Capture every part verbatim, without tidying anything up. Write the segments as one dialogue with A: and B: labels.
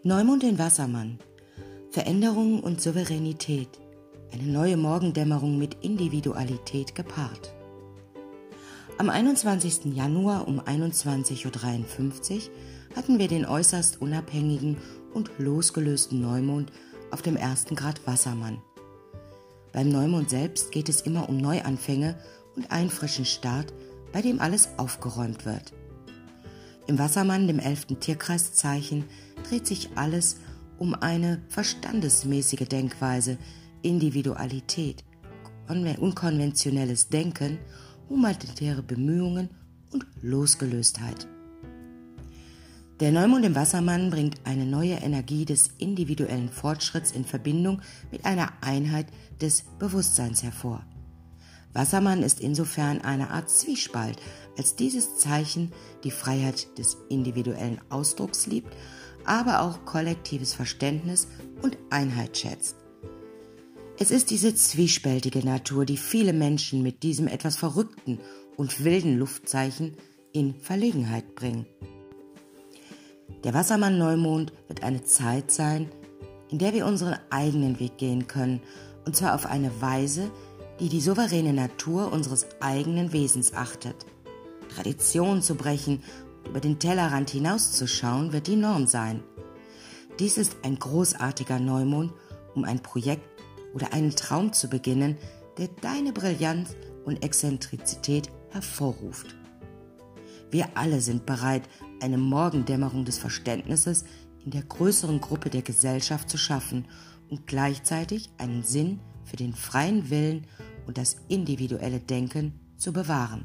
A: Neumond in Wassermann. Veränderung und Souveränität. Eine neue Morgendämmerung mit Individualität gepaart. Am einundzwanzigsten Januar um einundzwanzig Uhr dreiundfünfzig hatten wir den äußerst unabhängigen und losgelösten Neumond auf dem ersten Grad Wassermann. Beim Neumond selbst geht es immer um Neuanfänge und einen frischen Start, bei dem alles aufgeräumt wird. Im Wassermann, dem elften Tierkreiszeichen, dreht sich alles um eine verstandesmäßige Denkweise, Individualität, unkonventionelles Denken, humanitäre Bemühungen und Losgelöstheit. Der Neumond im Wassermann bringt eine neue Energie des individuellen Fortschritts in Verbindung mit einer Einheit des Bewusstseins hervor. Wassermann ist insofern eine Art Zwiespalt, als dieses Zeichen die Freiheit des individuellen Ausdrucks liebt, aber auch kollektives Verständnis und Einheit schätzt. Es ist diese zwiespältige Natur, die viele Menschen mit diesem etwas verrückten und wilden Luftzeichen in Verlegenheit bringen. Der Wassermann-Neumond wird eine Zeit sein, in der wir unseren eigenen Weg gehen können, und zwar auf eine Weise, die die souveräne Natur unseres eigenen Wesens achtet. Traditionen zu brechen, über den Tellerrand hinauszuschauen, wird die Norm sein. Dies ist ein großartiger Neumond, um ein Projekt oder einen Traum zu beginnen, der deine Brillanz und Exzentrizität hervorruft. Wir alle sind bereit, eine Morgendämmerung des Verständnisses in der größeren Gruppe der Gesellschaft zu schaffen und gleichzeitig einen Sinn für den freien Willen und das individuelle Denken zu bewahren.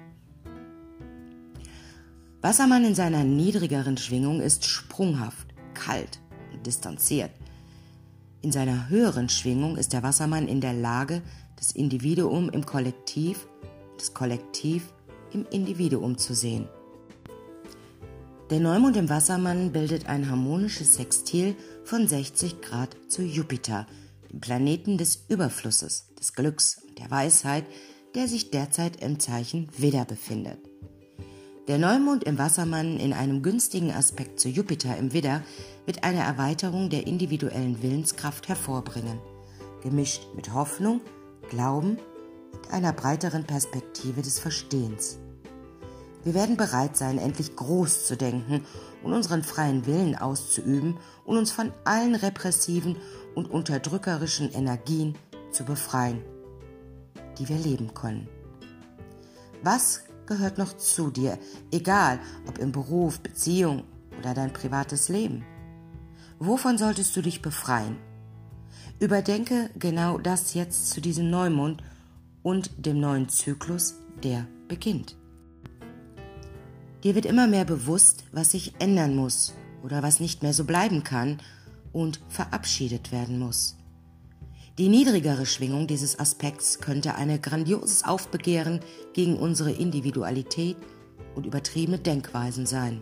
A: Wassermann in seiner niedrigeren Schwingung ist sprunghaft, kalt und distanziert. In seiner höheren Schwingung ist der Wassermann in der Lage, das Individuum im Kollektiv, das Kollektiv im Individuum zu sehen. Der Neumond im Wassermann bildet ein harmonisches Sextil von sechzig Grad zu Jupiter, dem Planeten des Überflusses, des Glücks und der Weisheit, der sich derzeit im Zeichen Widder befindet. Der Neumond im Wassermann in einem günstigen Aspekt zu Jupiter im Widder wird eine Erweiterung der individuellen Willenskraft hervorbringen, gemischt mit Hoffnung, Glauben und einer breiteren Perspektive des Verstehens. Wir werden bereit sein, endlich groß zu denken und unseren freien Willen auszuüben und uns von allen repressiven und unterdrückerischen Energien zu befreien, die wir leben können. Was gehört noch zu dir, egal ob im Beruf, Beziehung oder dein privates Leben? Wovon solltest du dich befreien? Überdenke genau das jetzt zu diesem Neumond und dem neuen Zyklus, der beginnt. Dir wird immer mehr bewusst, was sich ändern muss oder was nicht mehr so bleiben kann und verabschiedet werden muss. Die niedrigere Schwingung dieses Aspekts könnte ein grandioses Aufbegehren gegen unsere Individualität und übertriebene Denkweisen sein.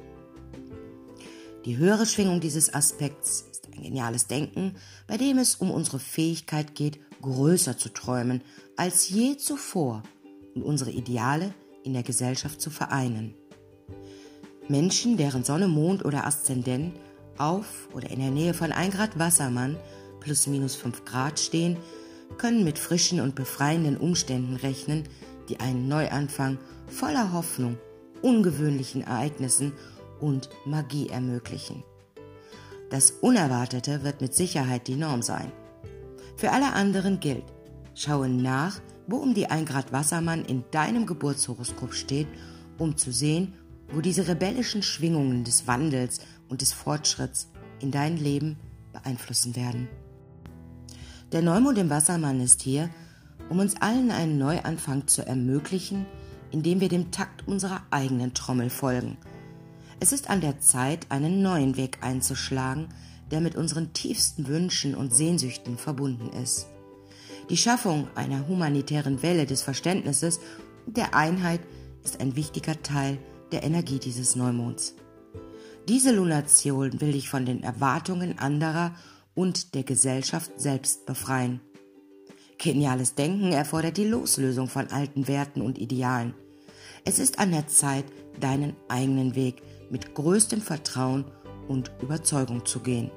A: Die höhere Schwingung dieses Aspekts ist ein geniales Denken, bei dem es um unsere Fähigkeit geht, größer zu träumen als je zuvor und unsere Ideale in der Gesellschaft zu vereinen. Menschen, deren Sonne, Mond oder Aszendent auf oder in der Nähe von ein Grad Wassermann plus minus fünf Grad stehen, können mit frischen und befreienden Umständen rechnen, die einen Neuanfang voller Hoffnung, ungewöhnlichen Ereignissen und Magie ermöglichen. Das Unerwartete wird mit Sicherheit die Norm sein. Für alle anderen gilt, schaue nach, wo um die ein Grad Wassermann in deinem Geburtshoroskop steht, um zu sehen, wo diese rebellischen Schwingungen des Wandels und des Fortschritts in dein Leben beeinflussen werden. Der Neumond im Wassermann ist hier, um uns allen einen Neuanfang zu ermöglichen, indem wir dem Takt unserer eigenen Trommel folgen. Es ist an der Zeit, einen neuen Weg einzuschlagen, der mit unseren tiefsten Wünschen und Sehnsüchten verbunden ist. Die Schaffung einer humanitären Welle des Verständnisses und der Einheit ist ein wichtiger Teil der Energie dieses Neumonds. Diese Lunation will dich von den Erwartungen anderer und der Gesellschaft selbst befreien. Geniales Denken erfordert die Loslösung von alten Werten und Idealen. Es ist an der Zeit, deinen eigenen Weg mit größtem Vertrauen und Überzeugung zu gehen.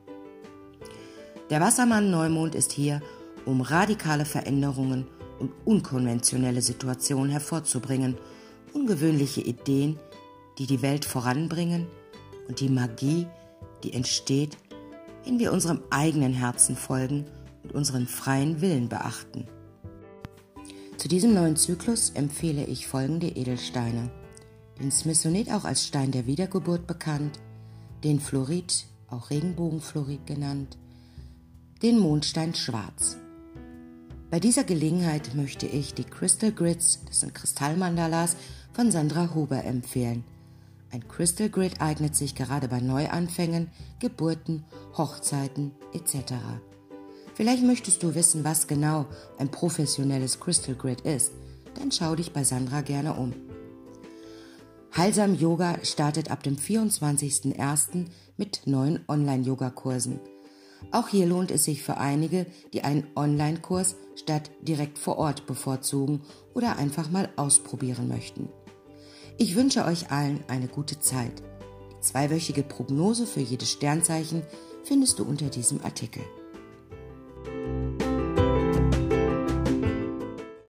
A: Der Wassermann-Neumond ist hier, um radikale Veränderungen und unkonventionelle Situationen hervorzubringen, ungewöhnliche Ideen, die die Welt voranbringen und die Magie, die entsteht, wenn wir unserem eigenen Herzen folgen und unseren freien Willen beachten. Zu diesem neuen Zyklus empfehle ich folgende Edelsteine: den Smithsonit, auch als Stein der Wiedergeburt bekannt, den Fluorit, auch Regenbogenfluorit genannt, den Mondstein Schwarz. Bei dieser Gelegenheit möchte ich die Crystal Grids, das sind Kristallmandalas, von Sandra Huber empfehlen. Ein Crystal Grid eignet sich gerade bei Neuanfängen, Geburten, Hochzeiten et cetera. Vielleicht möchtest du wissen, was genau ein professionelles Crystal Grid ist, dann schau dich bei Sandra gerne um. Heilsam Yoga startet ab dem vierundzwanzigsten ersten mit neuen Online-Yoga-Kursen. Auch hier lohnt es sich für einige, die einen Online-Kurs statt direkt vor Ort bevorzugen oder einfach mal ausprobieren möchten. Ich wünsche euch allen eine gute Zeit. Die zweiwöchige Prognose für jedes Sternzeichen findest du unter diesem Artikel.